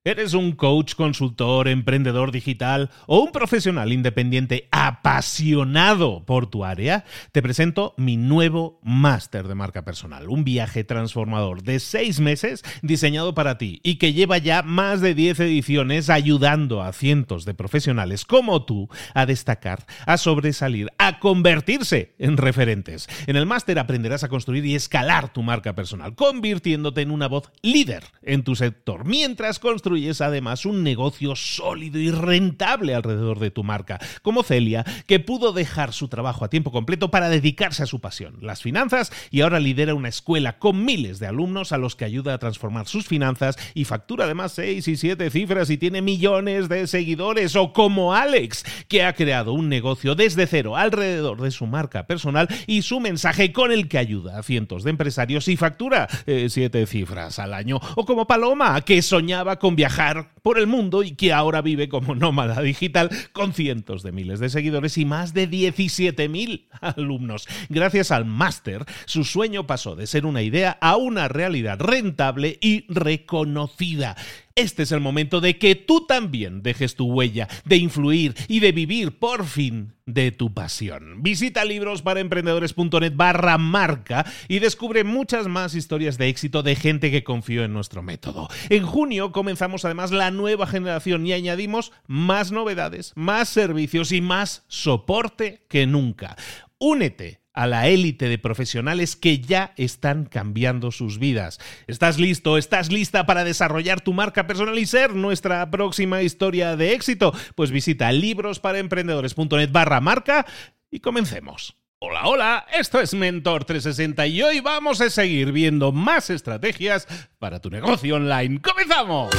¿Eres un coach, consultor, emprendedor digital o un profesional independiente apasionado por tu área? Te presento mi nuevo máster de marca personal, un viaje transformador de 6 meses diseñado para ti y que lleva ya más de 10 ediciones ayudando a cientos de profesionales como tú a destacar, a sobresalir, a convertirse en referentes. En el máster aprenderás a construir y escalar tu marca personal, convirtiéndote en una voz líder en tu sector, mientras construyes además un negocio sólido y rentable alrededor de tu marca, como Celia, que pudo dejar su trabajo a tiempo completo para dedicarse a su pasión, las finanzas, y ahora lidera una escuela con miles de alumnos a los que ayuda a transformar sus finanzas y factura además 6 y 7 cifras y tiene millones de seguidores. O como Alex, que ha creado un negocio desde cero alrededor de su marca personal y su mensaje, con el que ayuda a cientos de empresarios y factura 7 cifras al año. O como Paloma, que soñaba con viajar por el mundo y que ahora vive como nómada digital con cientos de miles de seguidores y más de 17.000 alumnos. Gracias al máster, su sueño pasó de ser una idea a una realidad rentable y reconocida. Este es el momento de que tú también dejes tu huella, de influir y de vivir por fin de tu pasión. Visita librosparaemprendedores.net/marca y descubre muchas más historias de éxito de gente que confió en nuestro método. En junio comenzamos además la nueva generación y añadimos más novedades, más servicios y más soporte que nunca. Únete a la élite de profesionales que ya están cambiando sus vidas. ¿Estás listo? ¿Estás lista para desarrollar tu marca personal y ser nuestra próxima historia de éxito? Pues visita librosparaemprendedores.net/marca y comencemos. Hola, esto es Mentor 360 y hoy vamos a seguir viendo más estrategias para tu negocio online. ¡Comenzamos!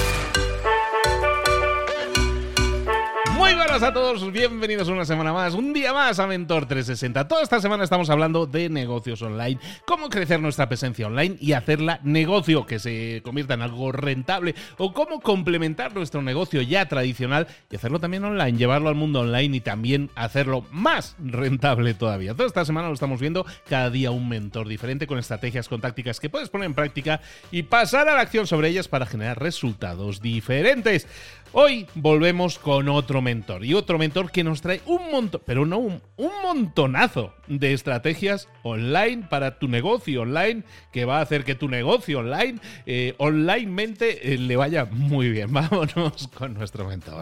Muy buenas a todos, bienvenidos una semana más, un día más a Mentor 360. Toda esta semana estamos hablando de negocios online, cómo crecer nuestra presencia online y hacerla negocio, que se convierta en algo rentable, o cómo complementar nuestro negocio ya tradicional y hacerlo también online, llevarlo al mundo online y también hacerlo más rentable todavía. Toda esta semana lo estamos viendo, cada día un mentor diferente, con estrategias, con tácticas que puedes poner en práctica y pasar a la acción sobre ellas para generar resultados diferentes. Hoy volvemos con otro mentor, y otro mentor que nos trae un montón, pero no un montonazo de estrategias online para tu negocio online, que va a hacer que tu negocio online, onlinemente, le vaya muy bien. Vámonos con nuestro mentor.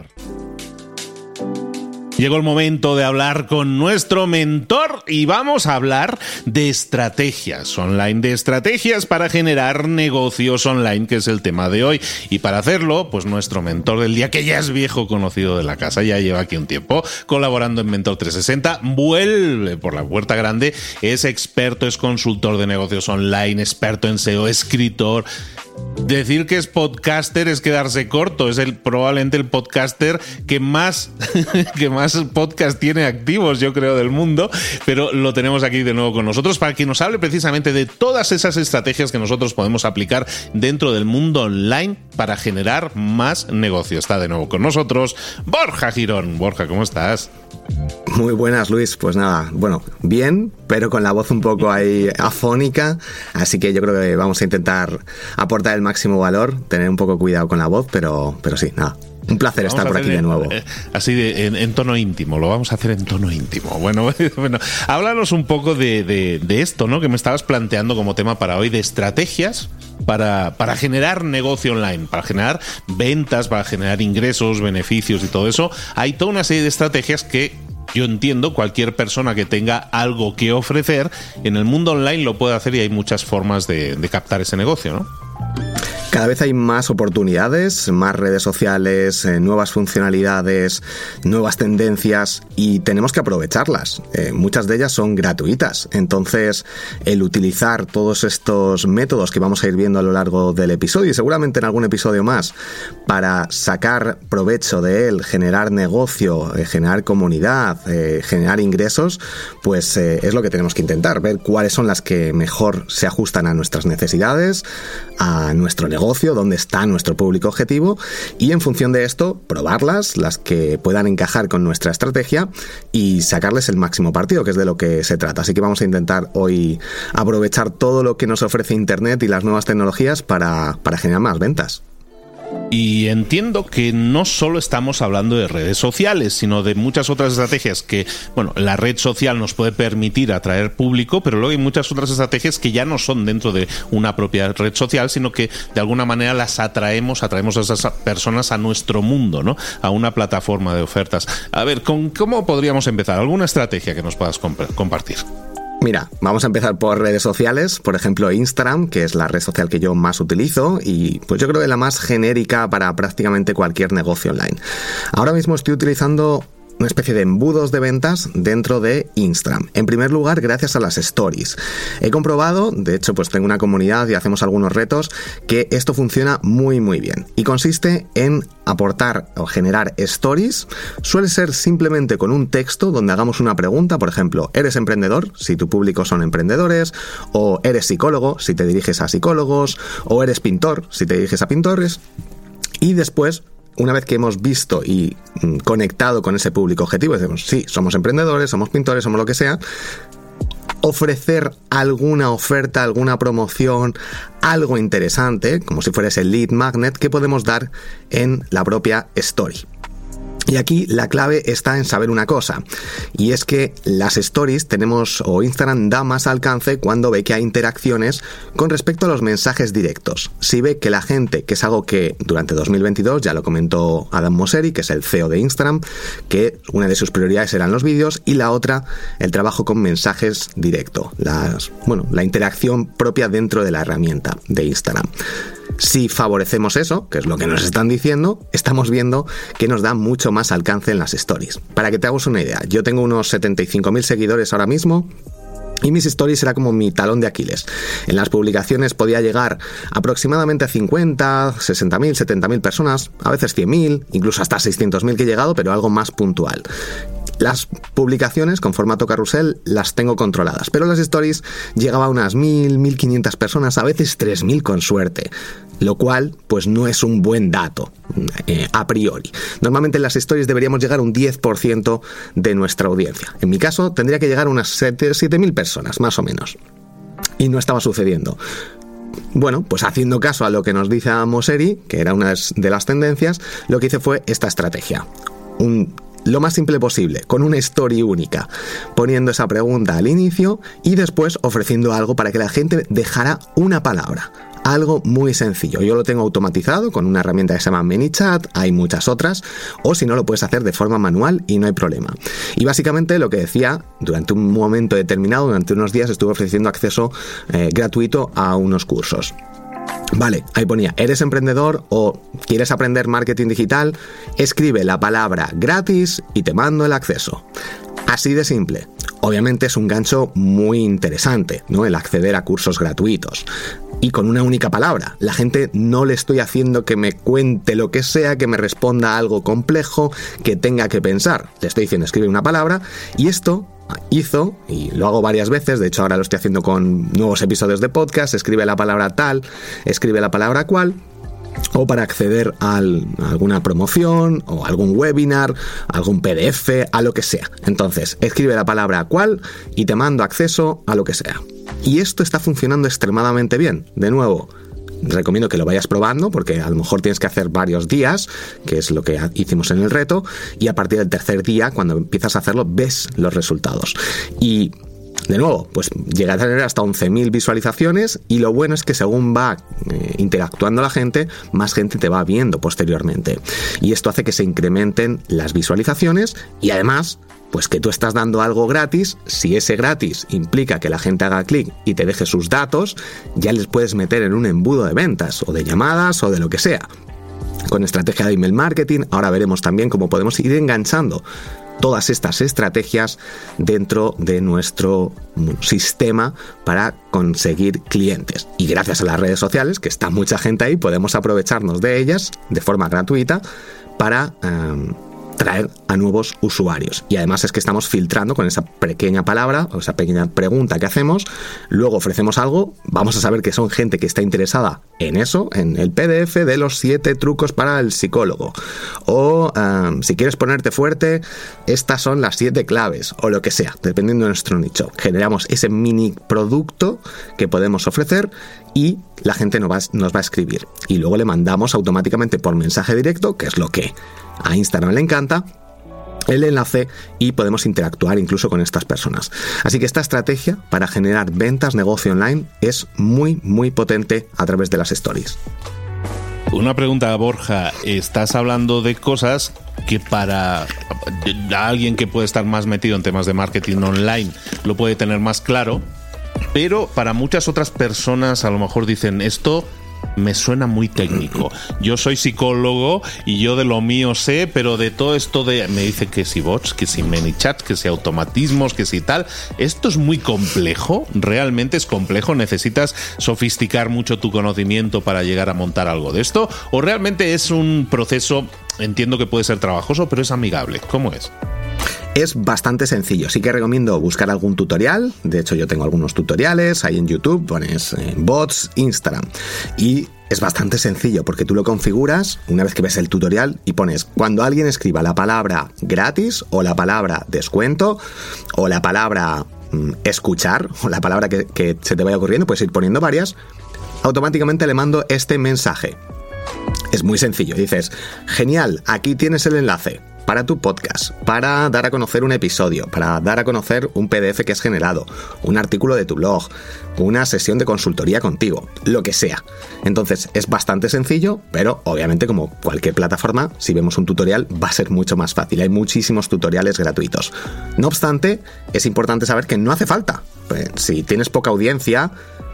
Llegó el momento de hablar con nuestro mentor y vamos a hablar de estrategias online, de estrategias para generar negocios online, que es el tema de hoy. Y para hacerlo, pues nuestro mentor del día, que ya es viejo conocido de la casa, ya lleva aquí un tiempo colaborando en Mentor 360, vuelve por la puerta grande, es experto, es consultor de negocios online, experto en SEO, escritor. Decir que es podcaster es quedarse corto. Es probablemente el podcaster que más podcast tiene activos, yo creo, del mundo. Pero lo tenemos aquí de nuevo con nosotros para que nos hable precisamente de todas esas estrategias que nosotros podemos aplicar dentro del mundo online para generar más negocio. Está de nuevo con nosotros Borja Girón. Borja, ¿cómo estás? Muy buenas, Luis. Pues nada, bueno, bien, pero con la voz un poco ahí afónica, así que yo creo que vamos a intentar aportar el máximo valor, tener un poco cuidado con la voz, pero sí, nada. Un placer estar por aquí de nuevo. Así en tono íntimo, lo vamos a hacer en tono íntimo. Bueno, háblanos un poco de esto, ¿no? Que me estabas planteando como tema para hoy, de estrategias para generar negocio online, para generar ventas, para generar ingresos, beneficios y todo eso. Hay toda una serie de estrategias que yo entiendo cualquier persona que tenga algo que ofrecer en el mundo online lo puede hacer, y hay muchas formas de captar ese negocio, ¿no? Cada vez hay más oportunidades, más redes sociales, nuevas funcionalidades, nuevas tendencias, y tenemos que aprovecharlas. Muchas de ellas son gratuitas. Entonces, el utilizar todos estos métodos que vamos a ir viendo a lo largo del episodio, y seguramente en algún episodio más, para sacar provecho de él, generar negocio, generar comunidad, generar ingresos, pues es lo que tenemos que intentar, ver cuáles son las que mejor se ajustan a nuestras necesidades, a nuestro negocio, dónde está nuestro público objetivo, y en función de esto probarlas, las que puedan encajar con nuestra estrategia, y sacarles el máximo partido, que es de lo que se trata. Así que vamos a intentar hoy aprovechar todo lo que nos ofrece Internet y las nuevas tecnologías para generar más ventas. Y entiendo que no solo estamos hablando de redes sociales, sino de muchas otras estrategias que, bueno, la red social nos puede permitir atraer público, pero luego hay muchas otras estrategias que ya no son dentro de una propia red social, sino que de alguna manera las atraemos a esas personas a nuestro mundo, ¿no? A una plataforma de ofertas. A ver, ¿cómo podríamos empezar? ¿Alguna estrategia que nos puedas compartir? Mira, vamos a empezar por redes sociales, por ejemplo Instagram, que es la red social que yo más utilizo y pues yo creo que la más genérica para prácticamente cualquier negocio online. Ahora mismo estoy utilizando una especie de embudos de ventas dentro de Instagram. En primer lugar, gracias a las stories. He comprobado, de hecho pues tengo una comunidad y hacemos algunos retos, que esto funciona muy muy bien. Y consiste en aportar o generar stories. Suele ser simplemente con un texto donde hagamos una pregunta, por ejemplo, ¿eres emprendedor? Si tu público son emprendedores, o ¿eres psicólogo? Si te diriges a psicólogos, o ¿eres pintor? Si te diriges a pintores. Y después, una vez que hemos visto y conectado con ese público objetivo, decimos, sí, somos emprendedores, somos pintores, somos lo que sea, ofrecer alguna oferta, alguna promoción, algo interesante, como si fuera ese lead magnet que podemos dar en la propia story. Y aquí la clave está en saber una cosa, y es que las stories o Instagram da más alcance cuando ve que hay interacciones con respecto a los mensajes directos. Si ve que la gente, que es algo que durante 2022 ya lo comentó Adam Mosseri, que es el CEO de Instagram, que una de sus prioridades eran los vídeos y la otra el trabajo con mensajes directos, la interacción propia dentro de la herramienta de Instagram. Si favorecemos eso, que es lo que nos están diciendo, estamos viendo que nos da mucho más alcance en las stories. Para que te hagas una idea, yo tengo unos 75.000 seguidores ahora mismo y mis stories era como mi talón de Aquiles. En las publicaciones podía llegar aproximadamente a 50, 60.000, 70.000 personas, a veces 100.000, incluso hasta 600.000 que he llegado, pero algo más puntual. Las publicaciones con formato carrusel las tengo controladas, pero las stories llegaba a unas 1.000, 1.500 personas, a veces 3.000 con suerte, lo cual pues no es un buen dato a priori. Normalmente en las stories deberíamos llegar a un 10% de nuestra audiencia. En mi caso tendría que llegar a unas 7.000 personas, más o menos. Y no estaba sucediendo. Bueno, pues haciendo caso a lo que nos dice Mosseri, que era una de las tendencias, lo que hice fue esta estrategia. Lo más simple posible, con una story única, poniendo esa pregunta al inicio y después ofreciendo algo para que la gente dejara una palabra. Algo muy sencillo. Yo lo tengo automatizado con una herramienta que se llama ManyChat, hay muchas otras, o si no lo puedes hacer de forma manual y no hay problema. Y básicamente lo que decía, durante un momento determinado, durante unos días estuve ofreciendo acceso gratuito a unos cursos. Vale, ahí ponía, ¿eres emprendedor o quieres aprender marketing digital? Escribe la palabra gratis y te mando el acceso. Así de simple. Obviamente es un gancho muy interesante, ¿no? El acceder a cursos gratuitos. Y con una única palabra. La gente no le estoy haciendo que me cuente lo que sea, que me responda algo complejo, que tenga que pensar. Le estoy diciendo, escribe una palabra y esto hizo, y lo hago varias veces, de hecho ahora lo estoy haciendo con nuevos episodios de podcast, escribe la palabra tal, escribe la palabra cual, o para acceder a alguna promoción o algún webinar, algún PDF, a lo que sea. Entonces, escribe la palabra cual y te mando acceso a lo que sea. Y esto está funcionando extremadamente bien. De nuevo, recomiendo que lo vayas probando porque a lo mejor tienes que hacer varios días, que es lo que hicimos en el reto, y a partir del tercer día, cuando empiezas a hacerlo, ves los resultados. Y de nuevo, pues llega a tener hasta 11.000 visualizaciones y lo bueno es que según va interactuando la gente, más gente te va viendo posteriormente. Y esto hace que se incrementen las visualizaciones y además, pues que tú estás dando algo gratis. Si ese gratis implica que la gente haga clic y te deje sus datos, ya les puedes meter en un embudo de ventas o de llamadas o de lo que sea. Con estrategia de email marketing, ahora veremos también cómo podemos ir enganchando todas estas estrategias dentro de nuestro sistema para conseguir clientes. Y gracias a las redes sociales, que está mucha gente ahí, podemos aprovecharnos de ellas de forma gratuita para traer a nuevos usuarios. Y además es que estamos filtrando con esa pequeña palabra o esa pequeña pregunta que hacemos, luego ofrecemos algo, vamos a saber que son gente que está interesada en eso, en el PDF de los 7 trucos para el psicólogo, o si quieres ponerte fuerte, estas son las 7 claves, o lo que sea, dependiendo de nuestro nicho. Generamos ese mini producto que podemos ofrecer y la gente nos va a escribir, y luego le mandamos automáticamente por mensaje directo, que es lo que a Instagram le encanta, el enlace, y podemos interactuar incluso con estas personas. Así que esta estrategia para generar ventas, negocio online, es muy, muy potente a través de las stories. Una pregunta, Borja. Estás hablando de cosas que para alguien que puede estar más metido en temas de marketing online lo puede tener más claro, pero para muchas otras personas a lo mejor dicen, esto me suena muy técnico. Yo soy psicólogo y yo de lo mío sé, pero de todo esto me dicen que si bots, que si ManyChat, que si automatismos, que si tal. ¿Esto es muy complejo? ¿Realmente es complejo? ¿Necesitas sofisticar mucho tu conocimiento para llegar a montar algo de esto? ¿O realmente es un proceso, entiendo que puede ser trabajoso, pero es amigable? ¿Cómo es? Es bastante sencillo, sí que recomiendo buscar algún tutorial. De hecho, yo tengo algunos tutoriales ahí en YouTube, pones bots, Instagram, y es bastante sencillo porque tú lo configuras una vez que ves el tutorial y pones, cuando alguien escriba la palabra gratis o la palabra descuento o la palabra escuchar o la palabra que se te vaya ocurriendo, puedes ir poniendo varias, automáticamente le mando este mensaje. Es muy sencillo, dices, genial, aquí tienes el enlace para tu podcast, para dar a conocer un episodio, para dar a conocer un PDF que has generado, un artículo de tu blog, una sesión de consultoría contigo, lo que sea. Entonces es bastante sencillo, pero obviamente como cualquier plataforma, si vemos un tutorial va a ser mucho más fácil. Hay muchísimos tutoriales gratuitos. No obstante, es importante saber que no hace falta. Pues, si tienes poca audiencia,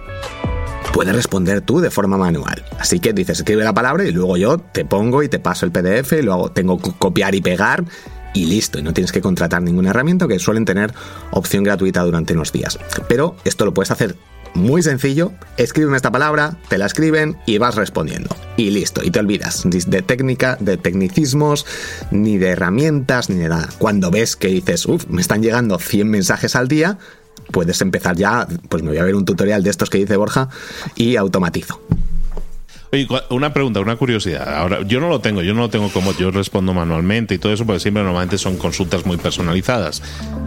puedes responder tú de forma manual. Así que dices, escribe la palabra y luego yo te pongo y te paso el PDF y luego tengo que copiar y pegar y listo. Y no tienes que contratar ninguna herramienta, que suelen tener opción gratuita durante unos días. Pero esto lo puedes hacer muy sencillo. Escríbeme esta palabra, te la escriben y vas respondiendo. Y listo, y te olvidas ni de técnica, de tecnicismos, ni de herramientas, ni de nada. Cuando ves que dices, me están llegando 100 mensajes al día, puedes empezar ya, pues me voy a ver un tutorial de estos que dice Borja y automatizo. Oye, una pregunta, una curiosidad. Ahora, yo no lo tengo como yo respondo manualmente y todo eso, porque siempre normalmente son consultas muy personalizadas.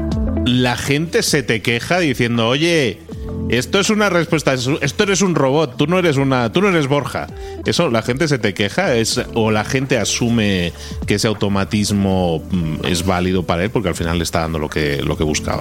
La gente se te queja diciendo, oye, esto es una respuesta, esto eres un robot, tú no eres Borja. Eso, la gente se te queja, o la gente asume que ese automatismo es válido para él porque al final le está dando lo que buscaba.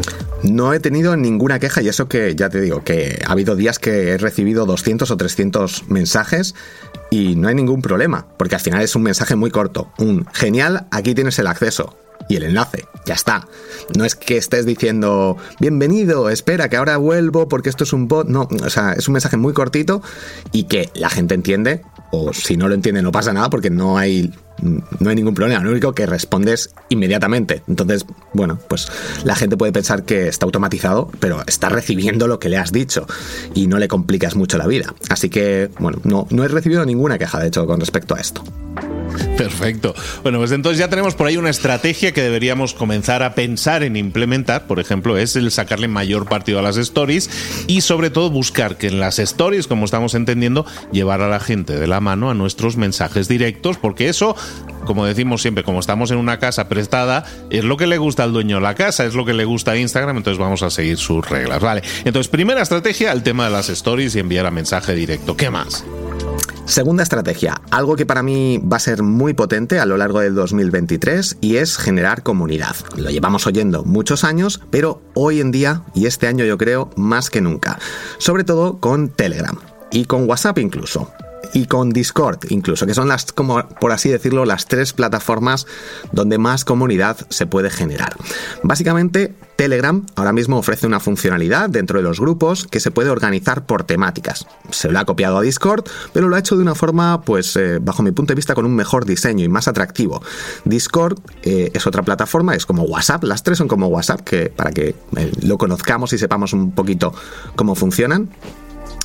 No he tenido ninguna queja, y eso que ya te digo, que ha habido días que he recibido 200 o 300 mensajes y no hay ningún problema, porque al final es un mensaje muy corto. Genial, aquí tienes el acceso. Y el enlace, ya está. No es que estés diciendo, bienvenido, espera que ahora vuelvo porque esto es un bot. No, o sea, es un mensaje muy cortito y que la gente entiende, o si no lo entiende no pasa nada porque no hay ningún problema. Lo único que respondes inmediatamente. Entonces, bueno, pues la gente puede pensar que está automatizado, pero está recibiendo lo que le has dicho y no le complicas mucho la vida. Así que, bueno, no he recibido ninguna queja, de hecho, con respecto a esto. Perfecto. Bueno, pues entonces ya tenemos por ahí una estrategia que deberíamos comenzar a pensar en implementar. Por ejemplo, es el sacarle mayor partido a las stories y sobre todo buscar que en las stories, como estamos entendiendo, llevar a la gente de la mano a nuestros mensajes directos, porque eso, como decimos siempre, como estamos en una casa prestada, es lo que le gusta al dueño de la casa, es lo que le gusta a Instagram, entonces vamos a seguir sus reglas, ¿vale? Entonces, primera estrategia, el tema de las stories y enviar a mensaje directo. ¿Qué más? Segunda estrategia, algo que para mí va a ser muy potente a lo largo del 2023 y es generar comunidad. Lo llevamos oyendo muchos años, pero hoy en día, y este año yo creo, más que nunca. Sobre todo con Telegram y con WhatsApp incluso. Y con Discord incluso, que son las, como por así decirlo, las 3 plataformas donde más comunidad se puede generar. Básicamente, Telegram ahora mismo ofrece una funcionalidad dentro de los grupos que se puede organizar por temáticas. Se lo ha copiado a Discord, pero lo ha hecho de una forma, pues, bajo mi punto de vista, con un mejor diseño y más atractivo. Discord es otra plataforma, es como WhatsApp, las 3 son como WhatsApp, que para que lo conozcamos y sepamos un poquito cómo funcionan.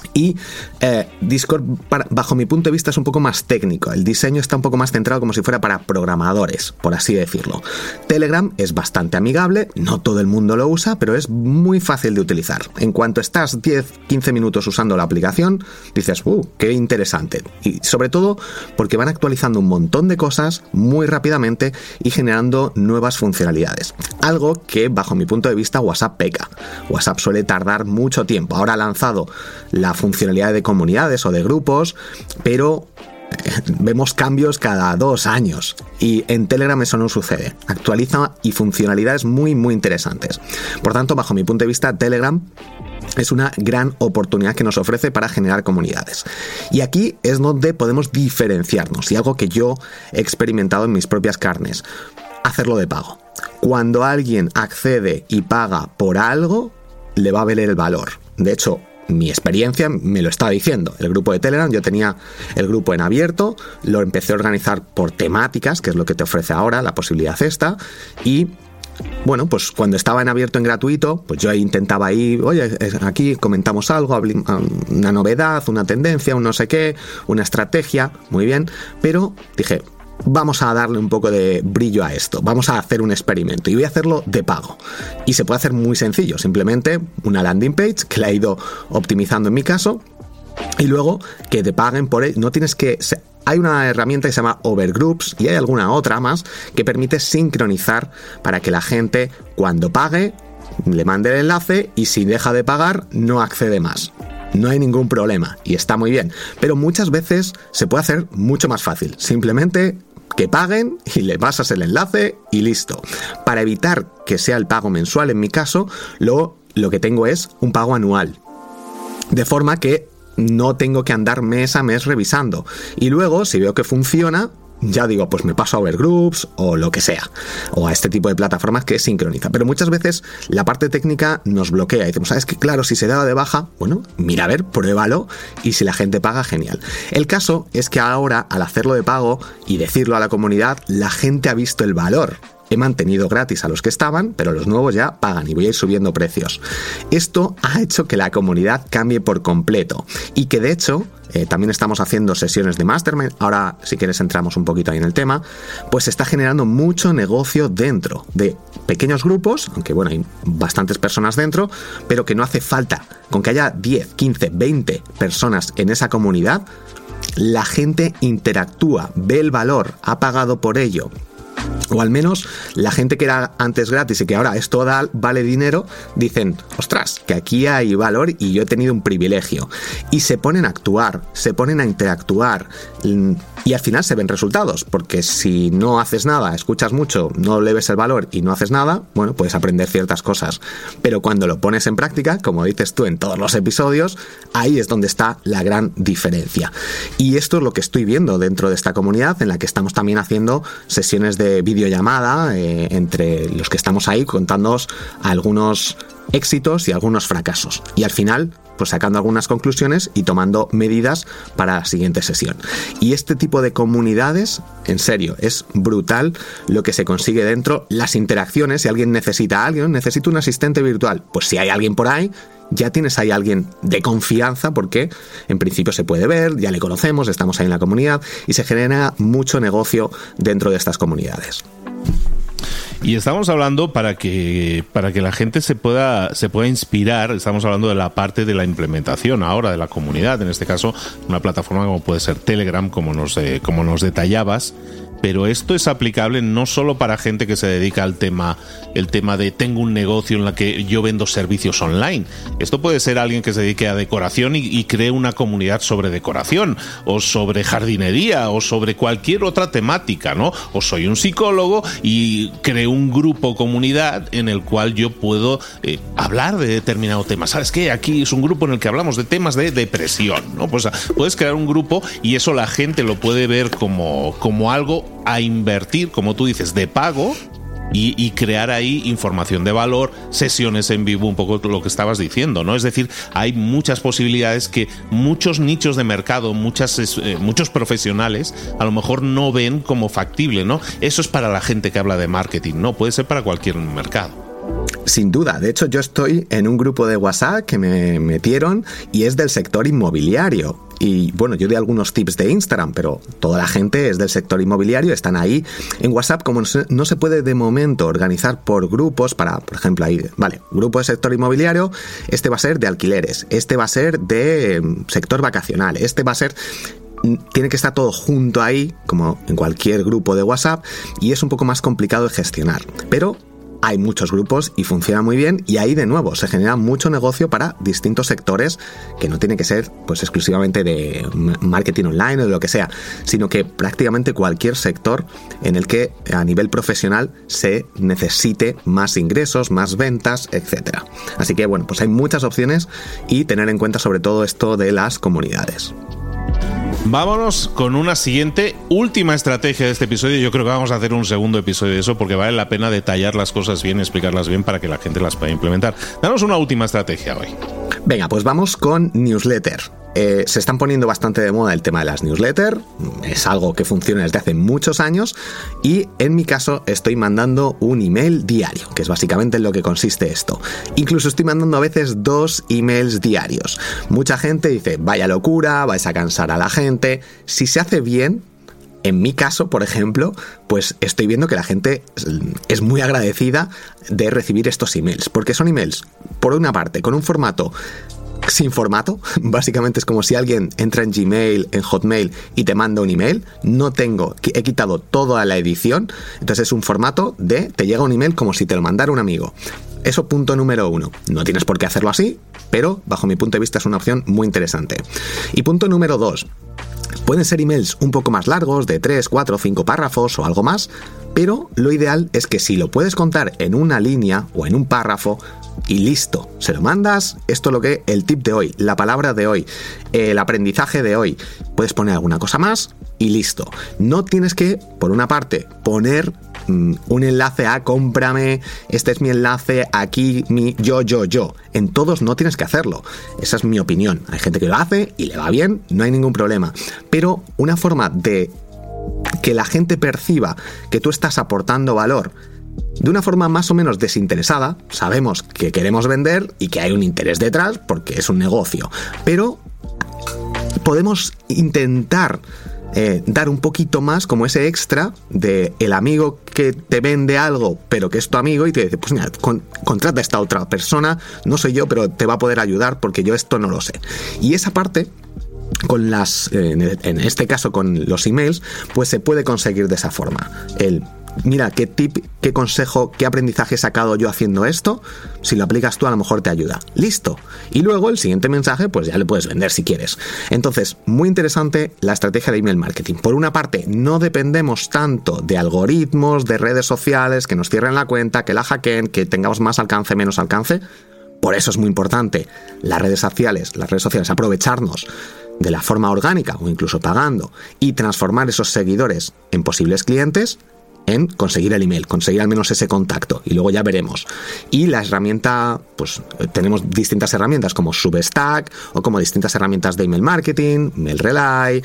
Y Discord, bajo mi punto de vista, es un poco más técnico. El diseño está un poco más centrado como si fuera para programadores, por así decirlo. Telegram es bastante amigable, no todo el mundo lo usa, pero es muy fácil de utilizar. En cuanto estás 10-15 minutos usando la aplicación, dices, qué interesante. Y sobre todo porque van actualizando un montón de cosas muy rápidamente y generando nuevas funcionalidades. Algo que, bajo mi punto de vista, WhatsApp peca. WhatsApp suele tardar mucho tiempo. Ahora ha lanzado la funcionalidad de comunidades o de grupos, pero vemos cambios cada 2 años y en Telegram eso no sucede. Actualiza y funcionalidades muy muy interesantes. Por tanto, bajo mi punto de vista, Telegram es una gran oportunidad que nos ofrece para generar comunidades. Y aquí es donde podemos diferenciarnos, y algo que yo he experimentado en mis propias carnes: hacerlo de pago. Cuando alguien accede y paga por algo, le va a valer el valor. De hecho, mi experiencia me lo estaba diciendo. El grupo de Telegram, yo tenía el grupo en abierto, lo empecé a organizar por temáticas, que es lo que te ofrece ahora, la posibilidad esta, y bueno, pues cuando estaba en abierto en gratuito, pues yo intentaba ir, oye, aquí comentamos algo, una novedad, una tendencia, un no sé qué, una estrategia, muy bien, pero dije, vamos a darle un poco de brillo a esto, vamos a hacer un experimento y voy a hacerlo de pago. Y se puede hacer muy sencillo, simplemente una landing page que la he ido optimizando en mi caso, y luego que te paguen por ello. No tienes que... Hay una herramienta que se llama Overgroups y hay alguna otra más que permite sincronizar para que la gente, cuando pague, le mande el enlace, y si deja de pagar no accede más. No hay ningún problema y está muy bien, pero muchas veces se puede hacer mucho más fácil. Simplemente que paguen y le pasas el enlace y listo. Para evitar que sea el pago mensual, en mi caso, lo que tengo es un pago anual, de forma que no tengo que andar mes a mes revisando. Y luego, si veo que funciona, ya digo, pues me paso a Overgroups o lo que sea, o a este tipo de plataformas que sincroniza. Pero muchas veces la parte técnica nos bloquea y decimos, ¿sabes qué? Claro, si se da de baja, bueno, mira a ver, pruébalo, y si la gente paga, genial. El caso es que ahora, al hacerlo de pago y decirlo a la comunidad, la gente ha visto el valor. He mantenido gratis a los que estaban, pero los nuevos ya pagan y voy a ir subiendo precios. Esto ha hecho que la comunidad cambie por completo y que, de hecho, también estamos haciendo sesiones de Mastermind. Ahora, si quieres, entramos un poquito ahí en el tema. Pues se está generando mucho negocio dentro de pequeños grupos, aunque bueno, hay bastantes personas dentro, pero que no hace falta. Con que haya 10, 15, 20 personas en esa comunidad, la gente interactúa, ve el valor, ha pagado por ello. O al menos la gente que era antes gratis y que ahora esto vale dinero, dicen, ostras, que aquí hay valor y yo he tenido un privilegio. Y se ponen a actuar, se ponen a interactuar y al final se ven resultados, porque si no haces nada, escuchas mucho, no le ves el valor y no haces nada, bueno, puedes aprender ciertas cosas. Pero cuando lo pones en práctica, como dices tú en todos los episodios, ahí es donde está la gran diferencia. Y esto es lo que estoy viendo dentro de esta comunidad, en la que estamos también haciendo sesiones de videollamada entre los que estamos ahí, contándoos algunos éxitos y algunos fracasos, y al final pues sacando algunas conclusiones y tomando medidas para la siguiente sesión. Y este tipo de comunidades, en serio, es brutal lo que se consigue dentro, las interacciones. Si alguien necesita a alguien, necesita un asistente virtual, pues si hay alguien por ahí, ya tienes ahí a alguien de confianza, porque en principio se puede ver, ya le conocemos, estamos ahí en la comunidad y se genera mucho negocio dentro de estas comunidades. Y estamos hablando para que la gente se pueda inspirar. Estamos hablando de la parte de la implementación ahora de la comunidad, en este caso una plataforma como puede ser Telegram, como nos detallabas. Pero esto es aplicable no solo para gente que se dedica al tema, el tema de tengo un negocio en la que yo vendo servicios online. Esto puede ser alguien que se dedique a decoración y cree una comunidad sobre decoración, o sobre jardinería, o sobre cualquier otra temática, ¿no? O soy un psicólogo y creo un grupo, comunidad, en el cual yo puedo hablar de determinado tema. ¿Sabes qué? Aquí es un grupo en el que hablamos de temas de depresión, ¿no? Pues puedes crear un grupo y eso la gente lo puede ver como algo a invertir, como tú dices, de pago, y crear ahí información de valor, sesiones en vivo, un poco lo que estabas diciendo, ¿no? Es decir, hay muchas posibilidades que muchos nichos de mercado, muchos profesionales a lo mejor no ven como factible, ¿no? Eso es para la gente que habla de marketing, ¿no? Puede ser para cualquier mercado. Sin duda, de hecho yo estoy en un grupo de WhatsApp que me metieron y es del sector inmobiliario. Y bueno, yo doy algunos tips de Instagram, pero toda la gente es del sector inmobiliario, están ahí. En WhatsApp, como no se puede de momento organizar por grupos para, por ejemplo, ahí, vale, grupo de sector inmobiliario, este va a ser de alquileres, este va a ser de sector vacacional, este va a ser... Tiene que estar todo junto ahí, como en cualquier grupo de WhatsApp, y es un poco más complicado de gestionar. Pero hay muchos grupos y funciona muy bien, y ahí de nuevo se genera mucho negocio para distintos sectores que no tiene que ser pues exclusivamente de marketing online o de lo que sea, sino que prácticamente cualquier sector en el que a nivel profesional se necesite más ingresos, más ventas, etcétera. Así que bueno, pues hay muchas opciones y tener en cuenta sobre todo esto de las comunidades. Vámonos con una siguiente, última estrategia de este episodio. Yo creo que vamos a hacer un segundo episodio de eso porque vale la pena detallar las cosas bien, explicarlas bien para que la gente las pueda implementar. Danos una última estrategia hoy. Venga, pues vamos con newsletter. Se están poniendo bastante de moda el tema de las newsletters, es algo que funciona desde hace muchos años y en mi caso estoy mandando un email diario, que es básicamente en lo que consiste esto. Incluso estoy mandando a veces 2 emails diarios. Mucha gente dice, vaya locura, vais a cansar a la gente. Si se hace bien, en mi caso, por ejemplo, pues estoy viendo que la gente es muy agradecida de recibir estos emails, porque son emails, por una parte, con un formato sin formato, básicamente es como si alguien entra en Gmail, en Hotmail y te manda un email, he quitado toda la edición, entonces es un formato de, te llega un email como si te lo mandara un amigo. Eso punto número 1, no tienes por qué hacerlo así, pero bajo mi punto de vista es una opción muy interesante. Y punto número 2, pueden ser emails un poco más largos, de 3, 4, 5 párrafos o algo más, pero lo ideal es que si lo puedes contar en una línea o en un párrafo y listo, se lo mandas. Esto es lo que el tip de hoy, la palabra de hoy, el aprendizaje de hoy. Puedes poner alguna cosa más y listo. No tienes que, por una parte, poner un enlace a cómprame, este es mi enlace, aquí mi yo. En todos no tienes que hacerlo. Esa es mi opinión. Hay gente que lo hace y le va bien, no hay ningún problema. Pero una forma de que la gente perciba que tú estás aportando valor de una forma más o menos desinteresada, sabemos que queremos vender y que hay un interés detrás porque es un negocio, pero podemos intentar dar un poquito más como ese extra de el amigo que te vende algo pero que es tu amigo y te dice, pues mira, contrata a esta otra persona, no soy yo pero te va a poder ayudar porque yo esto no lo sé. Y esa parte con en este caso con los emails, pues se puede conseguir de esa forma. Mira, qué tip, qué consejo, qué aprendizaje he sacado yo haciendo esto, si lo aplicas tú a lo mejor te ayuda. Listo. Y luego el siguiente mensaje pues ya le puedes vender si quieres. Entonces, muy interesante la estrategia de email marketing. Por una parte, no dependemos tanto de algoritmos, de redes sociales, que nos cierren la cuenta, que la hackeen, que tengamos más alcance, menos alcance. Por eso es muy importante las redes sociales, aprovecharnos de la forma orgánica o incluso pagando y transformar esos seguidores en posibles clientes, en conseguir el email, conseguir al menos ese contacto y luego ya veremos. Y la herramienta, pues tenemos distintas herramientas como Substack o como distintas herramientas de email marketing, MailRelay,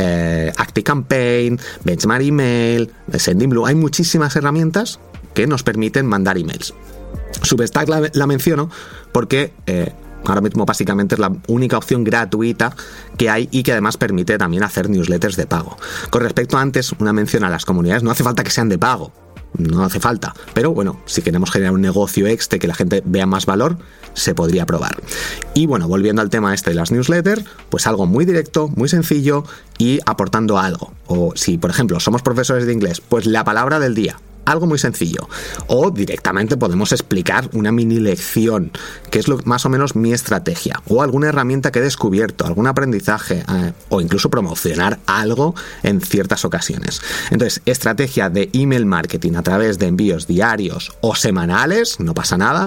ActiveCampaign, Benchmark Email, Sendinblue. Hay muchísimas herramientas que nos permiten mandar emails. Substack la menciono porque ahora mismo básicamente es la única opción gratuita que hay y que además permite también hacer newsletters de pago. Con respecto a antes, una mención a las comunidades, no hace falta que sean de pago, no hace falta, pero bueno, si queremos generar un negocio extra que la gente vea más valor, se podría probar. Y bueno, volviendo al tema de las newsletters, pues algo muy directo, muy sencillo y aportando algo. O si, por ejemplo, somos profesores de inglés, pues la palabra del día. Algo muy sencillo. O directamente podemos explicar una mini lección, que es más o menos mi estrategia. O alguna herramienta que he descubierto, algún aprendizaje, o incluso promocionar algo en ciertas ocasiones. Entonces, estrategia de email marketing a través de envíos diarios o semanales, no pasa nada.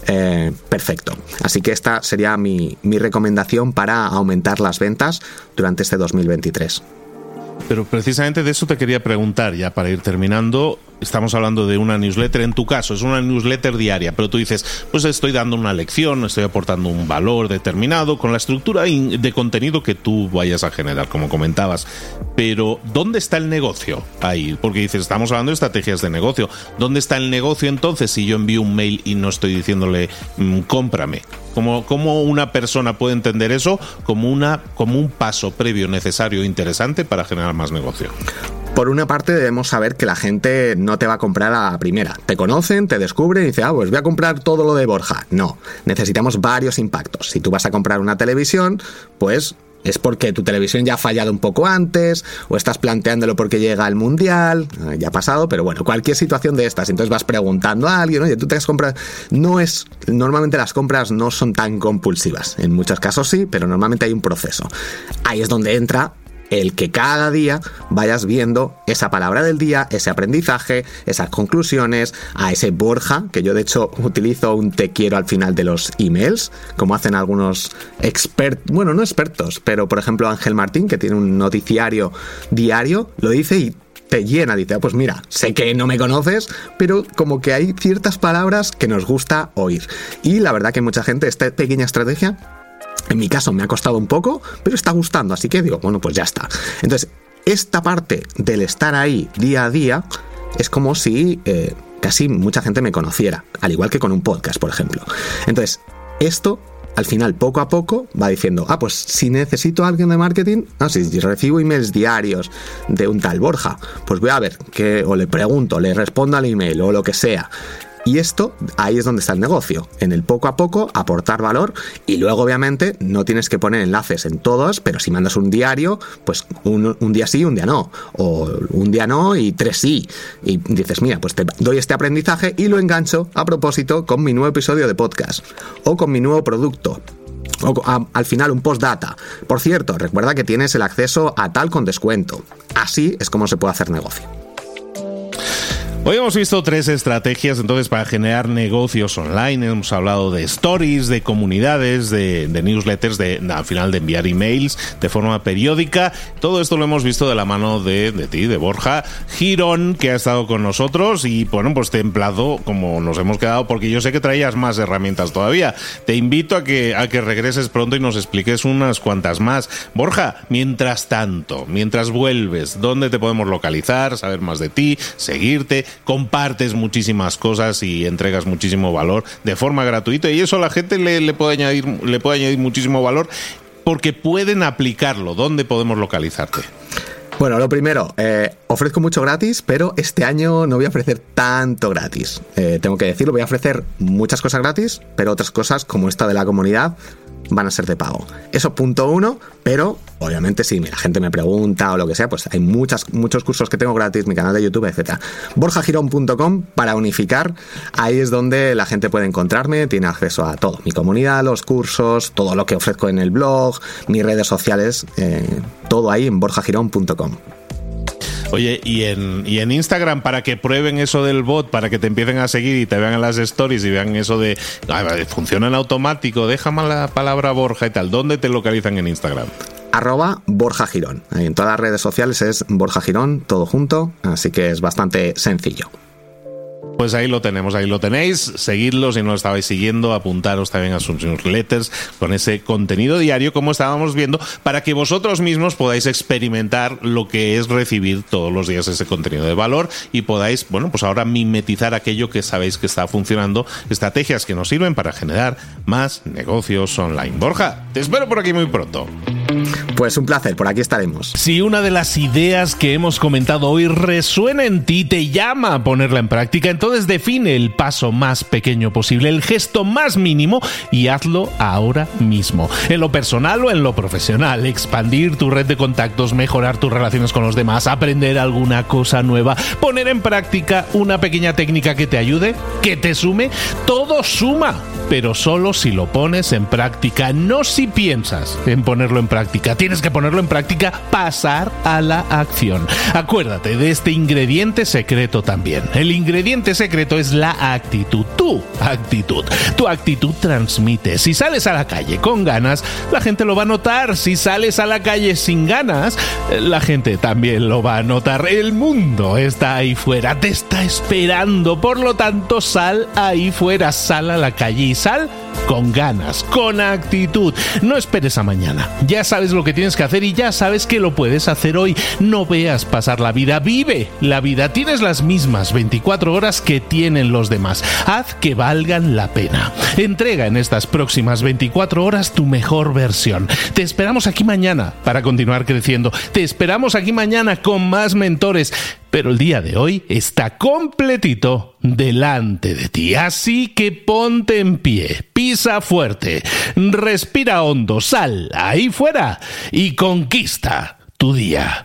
Perfecto. Así que esta sería mi recomendación para aumentar las ventas durante este 2023. Pero precisamente de eso te quería preguntar ya para ir terminando. estamos hablando de una newsletter, en tu caso es una newsletter diaria, pero tú dices, pues estoy dando una lección, estoy aportando un valor determinado con la estructura de contenido que tú vayas a generar, como comentabas. Pero ¿dónde está el negocio ahí? Porque dices, estamos hablando de estrategias de negocio. ¿Dónde está el negocio entonces si yo envío un mail y no estoy diciéndole cómprame? ¿Cómo una persona puede entender eso como un paso previo necesario e interesante para generar más negocio? Por una parte debemos saber que la gente no te va a comprar a la primera. Te conocen, te descubren y dicen, pues voy a comprar todo lo de Borja. No, necesitamos varios impactos. Si tú vas a comprar una televisión, pues es porque tu televisión ya ha fallado un poco antes, o estás planteándolo porque llega el Mundial, ya ha pasado, pero bueno, cualquier situación de estas. Entonces vas preguntando a alguien, oye, tú te has comprado. Normalmente las compras no son tan compulsivas. En muchos casos sí, pero normalmente hay un proceso. Ahí es donde entra el que cada día vayas viendo esa palabra del día, ese aprendizaje, esas conclusiones, a ese Borja, que yo de hecho utilizo un te quiero al final de los emails, como hacen algunos no expertos, pero por ejemplo Ángel Martín, que tiene un noticiario diario, lo dice y te llena, dice, pues mira, sé que no me conoces, pero como que hay ciertas palabras que nos gusta oír. Y la verdad que mucha gente, esta pequeña estrategia, en mi caso me ha costado un poco, pero está gustando, así que digo, bueno, pues ya está. Entonces, esta parte del estar ahí día a día es como si casi mucha gente me conociera, al igual que con un podcast, por ejemplo. Entonces, esto al final, poco a poco, va diciendo, pues si necesito a alguien de marketing, si recibo emails diarios de un tal Borja, pues voy a ver, o le pregunto, le respondo al email o lo que sea. Y esto, ahí es donde está el negocio, en el poco a poco aportar valor, y luego obviamente no tienes que poner enlaces en todos, pero si mandas un diario, pues un día sí, un día no, o un día no y 3 sí, y dices, mira, pues te doy este aprendizaje y lo engancho a propósito con mi nuevo episodio de podcast, o con mi nuevo producto, o al final un postdata. Por cierto, recuerda que tienes el acceso a tal con descuento. Así es como se puede hacer negocio. Hoy hemos visto 3 estrategias entonces para generar negocios online. Hemos hablado de stories, de comunidades, de newsletters, al final de enviar emails de forma periódica. Todo esto lo hemos visto de la mano de ti, de Borja Girón, que ha estado con nosotros, y bueno, pues te emplazo, como nos hemos quedado, porque yo sé que traías más herramientas todavía. Te invito a que regreses pronto y nos expliques unas cuantas más. Borja, mientras tanto, mientras vuelves, ¿dónde te podemos localizar, saber más de ti, seguirte? Compartes muchísimas cosas y entregas muchísimo valor de forma gratuita, y eso a la gente le puede añadir muchísimo valor porque pueden aplicarlo. ¿Dónde podemos localizarte? Bueno, lo primero, ofrezco mucho gratis, pero este año no voy a ofrecer tanto gratis. Tengo que decirlo, voy a ofrecer muchas cosas gratis, pero otras cosas como esta de la comunidad van a ser de pago. Eso, punto 1, pero obviamente si la gente me pregunta o lo que sea, pues hay muchos cursos que tengo gratis, mi canal de YouTube, etcétera. borjagirón.com para unificar, ahí es donde la gente puede encontrarme, tiene acceso a todo, mi comunidad, los cursos, todo lo que ofrezco en el blog, mis redes sociales, todo ahí en borjagirón.com. Oye, y en Instagram, para que prueben eso del bot, para que te empiecen a seguir y te vean en las stories y vean eso de funciona en automático, déjame la palabra Borja y tal, ¿dónde te localizan en Instagram? @Borja Girón. En todas las redes sociales es Borja Girón, todo junto, así que es bastante sencillo. Pues ahí lo tenemos, ahí lo tenéis. Seguidlos si no lo estabais siguiendo, apuntaros también a sus newsletters con ese contenido diario, como estábamos viendo, para que vosotros mismos podáis experimentar lo que es recibir todos los días ese contenido de valor y podáis, bueno, pues ahora mimetizar aquello que sabéis que está funcionando, estrategias que nos sirven para generar más negocios online. Borja, te espero por aquí muy pronto. Pues un placer, por aquí estaremos. Si una de las ideas que hemos comentado hoy resuena en ti, te llama a ponerla en práctica, entonces define el paso más pequeño posible, el gesto más mínimo, y hazlo ahora mismo. En lo personal o en lo profesional, expandir tu red de contactos, mejorar tus relaciones con los demás, aprender alguna cosa nueva, poner en práctica una pequeña técnica que te ayude, que te sume, todo suma, pero solo si lo pones en práctica, no si piensas en ponerlo en práctica. tienes que ponerlo en práctica, pasar a la acción. Acuérdate de este ingrediente secreto también. El ingrediente secreto es la actitud, tu actitud. Tu actitud transmite. Si sales a la calle con ganas, la gente lo va a notar. Si sales a la calle sin ganas, la gente también lo va a notar. El mundo está ahí fuera, te está esperando. Por lo tanto, sal ahí fuera, sal a la calle y sal con ganas, con actitud. No esperes a mañana. Ya sabes lo que tienes que hacer y ya sabes que lo puedes hacer hoy. No veas pasar la vida, vive la vida. Tienes las mismas 24 horas que tienen los demás. Haz que valgan la pena. Entrega en estas próximas 24 horas tu mejor versión. Te esperamos aquí mañana para continuar creciendo. Te esperamos aquí mañana con más mentores. Pero el día de hoy está completito delante de ti. Así que ponte en pie, pisa fuerte, respira hondo, sal ahí fuera y conquista tu día.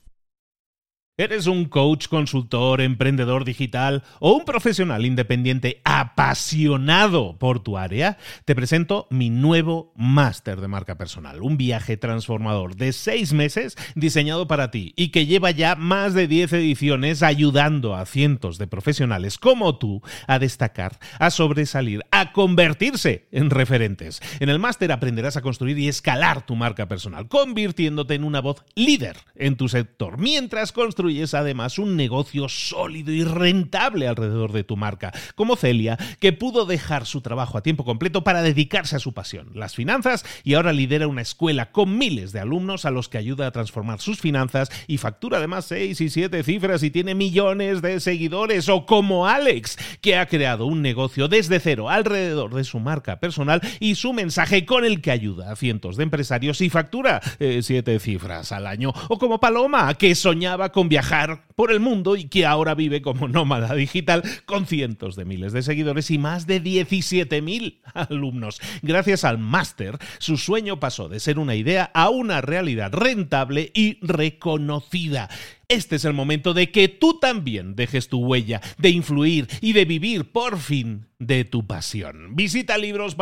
¿Eres un coach, consultor, emprendedor digital o un profesional independiente apasionado por tu área? Te presento mi nuevo máster de marca personal, un viaje transformador de 6 meses diseñado para ti y que lleva ya más de 10 ediciones ayudando a cientos de profesionales como tú a destacar, a sobresalir, a convertirse en referentes. En el máster aprenderás a construir y escalar tu marca personal, convirtiéndote en una voz líder en tu sector, mientras construyes además un negocio sólido y rentable alrededor de tu marca, como Celia, que pudo dejar su trabajo a tiempo completo para dedicarse a su pasión, las finanzas, y ahora lidera una escuela con miles de alumnos a los que ayuda a transformar sus finanzas y factura además 6 y 7 cifras y tiene millones de seguidores. O como Alex, que ha creado un negocio desde cero alrededor de su marca personal y su mensaje, con el que ayuda a cientos de empresarios y factura 7 cifras al año. O como Paloma, que soñaba con viajar por el mundo y que ahora vive como nómada digital con cientos de miles de seguidores y más de 17.000 alumnos. Gracias al máster, su sueño pasó de ser una idea a una realidad rentable y reconocida. Este es el momento de que tú también dejes tu huella, de influir y de vivir por fin de tu pasión. Visita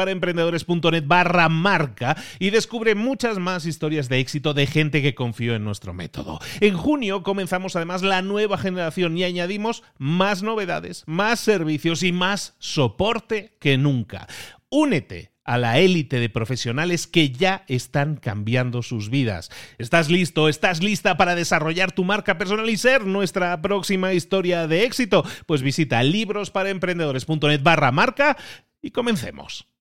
librosparaemprendedores.net/marca y descubre muchas más historias de éxito de gente que confió en nuestro método. En junio comenzamos además la nueva generación y añadimos más novedades, más servicios y más soporte que nunca. Únete a la élite de profesionales que ya están cambiando sus vidas. ¿Estás listo? ¿Estás lista para desarrollar tu marca personal y ser nuestra próxima historia de éxito? Pues visita librosparaemprendedores.net/marca y comencemos.